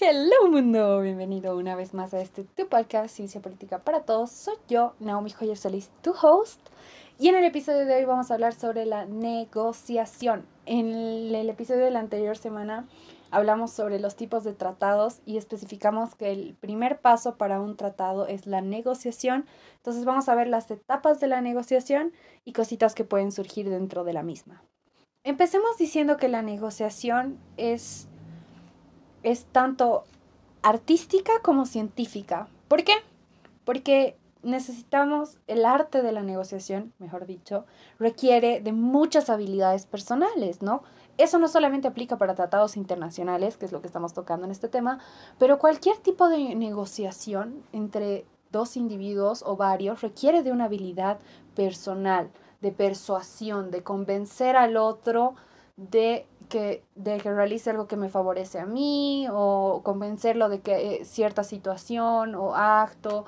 Hello mundo, bienvenido una vez más a tu podcast Ciencia Política para Todos. Soy yo, Naomi Joyer Solís, tu host. Y en el episodio de hoy vamos a hablar sobre la negociación. En el episodio de la anterior semana hablamos sobre los tipos de tratados y especificamos que el primer paso para un tratado es la negociación. Entonces vamos a ver las etapas de la negociación y cositas que pueden surgir dentro de la misma. Empecemos diciendo que la negociación es tanto artística como científica. ¿Por qué? Porque necesitamos, el arte de la negociación, mejor dicho, requiere de muchas habilidades personales, ¿no? Eso no solamente aplica para tratados internacionales, que es lo que estamos tocando en este tema, pero cualquier tipo de negociación entre dos individuos o varios requiere de una habilidad personal, de persuasión, de convencer al otro de que realice algo que me favorece a mí o convencerlo de que cierta situación o acto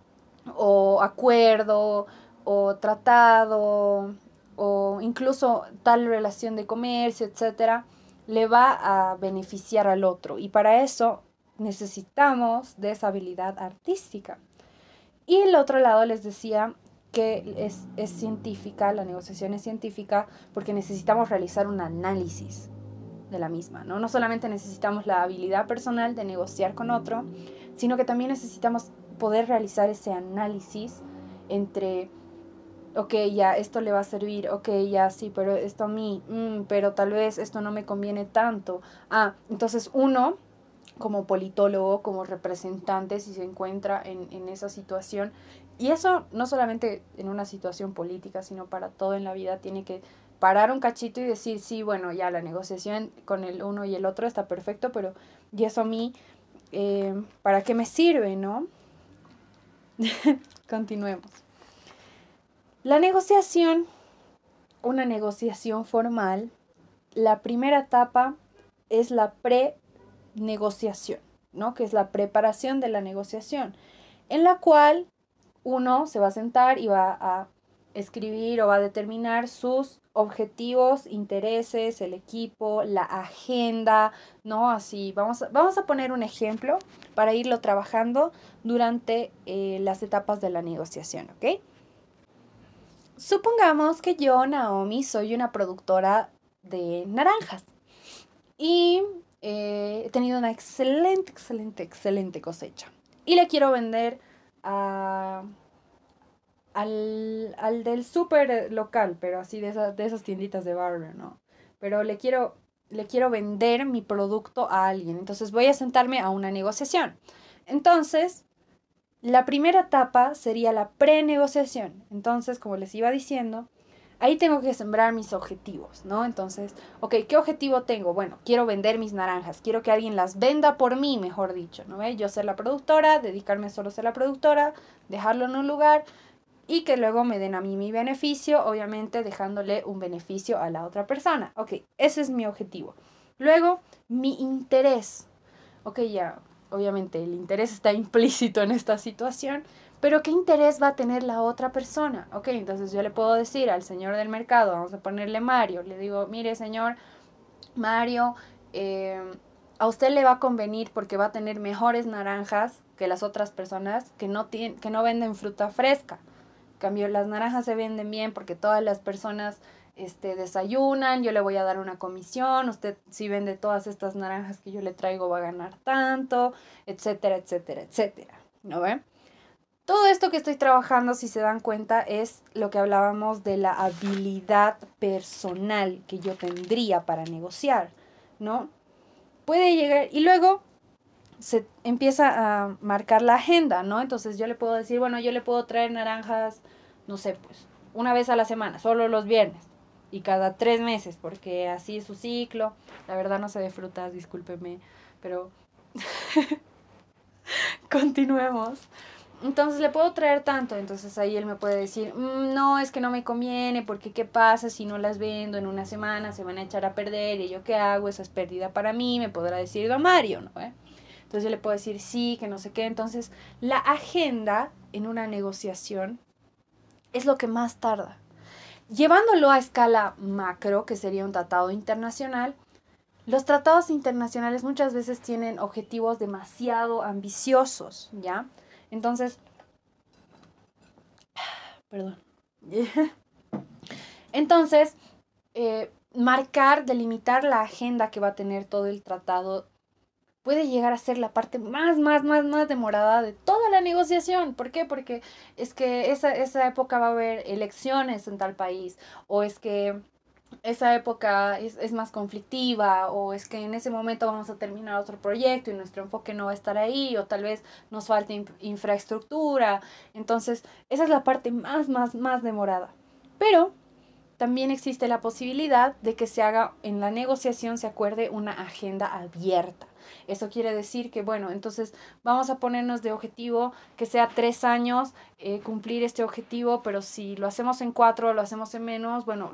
o acuerdo o tratado o incluso tal relación de comercio, etcétera, le va a beneficiar al otro. Y para eso necesitamos de esa habilidad artística. Y el otro lado les decía que es científica, la negociación es científica porque necesitamos realizar un análisis de la misma, ¿no? No solamente necesitamos la habilidad personal de negociar con otro, sino que también necesitamos poder realizar ese análisis entre, ok, ya, esto le va a servir, ok, ya, sí, pero esto a mí, pero tal vez esto no me conviene tanto. Entonces uno, como politólogo, como representante, si se encuentra en esa situación, y eso no solamente en una situación política, sino para todo en la vida, tiene que parar un cachito y decir, sí, bueno, ya la negociación con el uno y el otro está perfecto, pero ¿y eso a mí para qué me sirve, no? Continuemos. La negociación, una negociación formal, la primera etapa es la pre-negociación, ¿no? Que es la preparación de la negociación, en la cual uno se va a sentar y va a escribir o va a determinar sus objetivos, intereses, el equipo, la agenda, ¿no? Así, vamos a poner un ejemplo para irlo trabajando durante las etapas de la negociación, ¿ok? Supongamos que yo, Naomi, soy una productora de naranjas y he tenido una excelente cosecha. Y le quiero vender a al del súper local, pero así de esas tienditas de barrio, ¿no? Pero le quiero vender mi producto a alguien. Entonces voy a sentarme a una negociación. Entonces, la primera etapa sería la prenegociación. Entonces, como les iba diciendo, ahí tengo que sembrar mis objetivos, ¿no? Entonces, ok, ¿qué objetivo tengo? Bueno, quiero vender mis naranjas, quiero que alguien las venda por mí, mejor dicho, ¿no? Yo ser la productora, dedicarme solo a ser la productora, dejarlo en un lugar y que luego me den a mí mi beneficio, obviamente dejándole un beneficio a la otra persona. Ok, ese es mi objetivo. Luego, mi interés. Ok, ya, obviamente el interés está implícito en esta situación, pero ¿qué interés va a tener la otra persona? Ok, entonces yo le puedo decir al señor del mercado, vamos a ponerle Mario, le digo, mire señor Mario, eh, a usted le va a convenir porque va a tener mejores naranjas que las otras personas que no venden fruta fresca. En cambio, las naranjas se venden bien porque todas las personas desayunan, yo le voy a dar una comisión, usted si vende todas estas naranjas que yo le traigo va a ganar tanto, etcétera, etcétera, etcétera. ¿No ve? Todo esto que estoy trabajando, si se dan cuenta, es lo que hablábamos de la habilidad personal que yo tendría para negociar, ¿no? Puede llegar y luego se empieza a marcar la agenda, ¿no? Entonces yo le puedo decir, bueno, yo le puedo traer naranjas, no sé, pues, una vez a la semana, solo los viernes, y cada 3 meses, porque así es su ciclo. La verdad no sé de frutas, discúlpeme, pero continuemos. Entonces le puedo traer tanto, entonces ahí él me puede decir, no, es que no me conviene, porque ¿qué pasa si no las vendo en una semana? Se van a echar a perder, y yo qué hago, esa es pérdida para mí, me podrá decir don Mario, ¿no? Entonces yo le puedo decir sí, que no sé qué. Entonces la agenda en una negociación es lo que más tarda. Llevándolo a escala macro, que sería un tratado internacional, Los tratados internacionales muchas veces tienen objetivos demasiado ambiciosos, ¿ya? Entonces, perdón. Entonces, marcar, delimitar la agenda que va a tener todo el tratado puede llegar a ser la parte más demorada de toda la negociación. ¿Por qué? Porque es que esa época va a haber elecciones en tal país, o es que esa época es más conflictiva, o es que en ese momento vamos a terminar otro proyecto y nuestro enfoque no va a estar ahí, o tal vez nos falte infraestructura. Entonces, esa es la parte más demorada. Pero también existe la posibilidad de que se haga en la negociación, se acuerde una agenda abierta. Eso quiere decir que, bueno, entonces vamos a ponernos de objetivo que sea 3 años cumplir este objetivo, pero si lo hacemos en 4, lo hacemos en menos, bueno,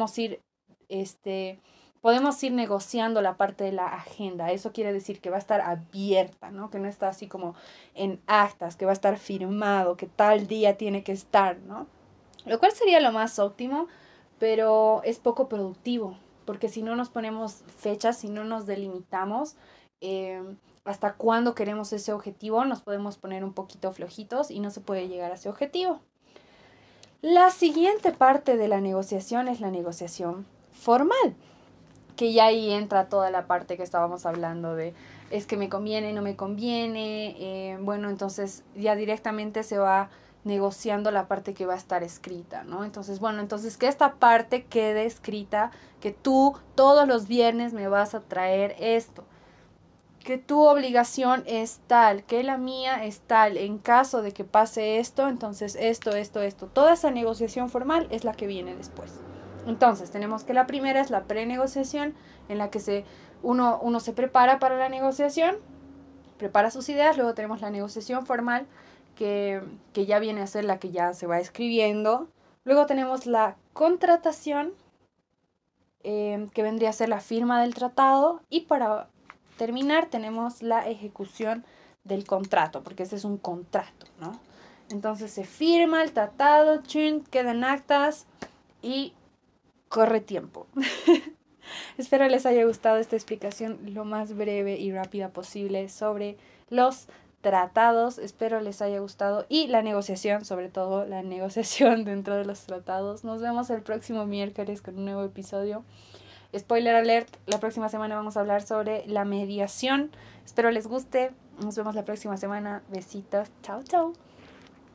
podemos ir negociando la parte de la agenda. Eso quiere decir que va a estar abierta, ¿no? Que no está así como en actas, que va a estar firmado, que tal día tiene que estar, ¿no? Lo cual sería lo más óptimo, pero es poco productivo, porque si no nos ponemos fechas, si no nos delimitamos eh, hasta cuándo queremos ese objetivo, nos podemos poner un poquito flojitos y no se puede llegar a ese objetivo. La siguiente parte de la negociación es la negociación formal, que ya ahí entra toda la parte que estábamos hablando de es que me conviene, no me conviene, bueno, entonces ya directamente se va negociando la parte que va a estar escrita, ¿no? Entonces, bueno, entonces que esta parte quede escrita, que tú todos los viernes me vas a traer esto, que tu obligación es tal, que la mía es tal, en caso de que pase esto, entonces esto. Toda esa negociación formal es la que viene después. Entonces, tenemos que la primera es la prenegociación, en la que uno se prepara para la negociación, prepara sus ideas, luego tenemos la negociación formal, que ya viene a ser la que ya se va escribiendo. Luego tenemos la contratación, que vendría a ser la firma del tratado, y para terminar tenemos la ejecución del contrato, porque ese es un contrato, ¿no? Entonces se firma el tratado, quedan actas y corre tiempo. Espero les haya gustado esta explicación lo más breve y rápida posible sobre los tratados. Espero les haya gustado y la negociación, sobre todo la negociación dentro de los tratados. Nos vemos el próximo miércoles con un nuevo episodio. Spoiler alert, la próxima semana vamos a hablar sobre la mediación. Espero les guste. Nos vemos la próxima semana. Besitos. Chao, chao.